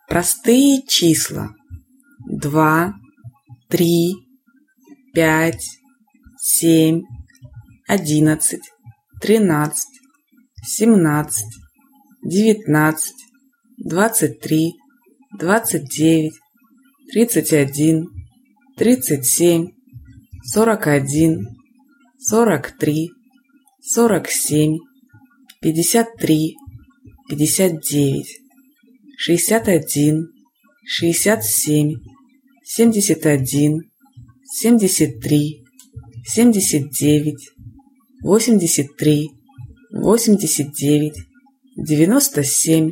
Простые числа 2, 3, 5, 7, 11, 13, 17, 19, 23, 29, 31, 37, 41, 43, 47, 53, 59, 61, 67, 71, 73, 79, 83, 89, 97,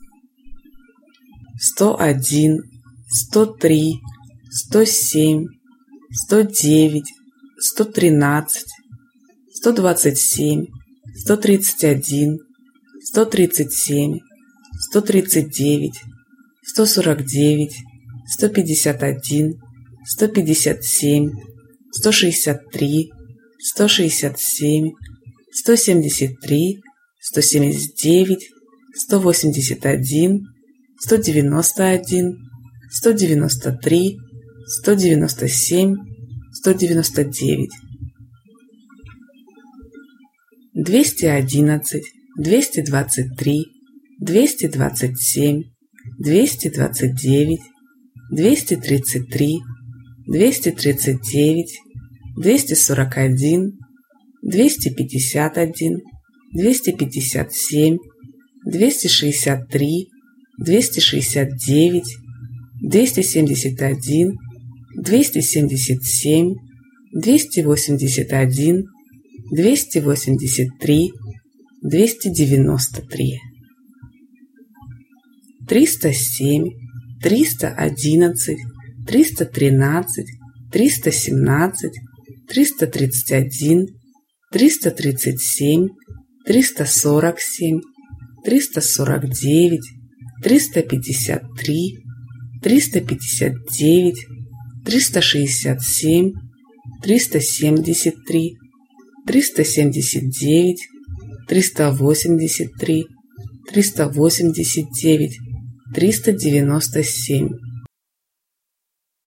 101, 103, 107, 109, 113, 127, 131, 137, 139, 149, 151, 157, 163, 167, 173, 179, 181, 191, 193, 197, 199, 211, 223, 227, 229, 233, 239, 241, 251, 257, 263, 269, 271, 277, 281, 283, 293, 307, 311, 313, 317, 331, 337, 347, 349, 353, 359, 367, 373, 379, 383, 389, 397,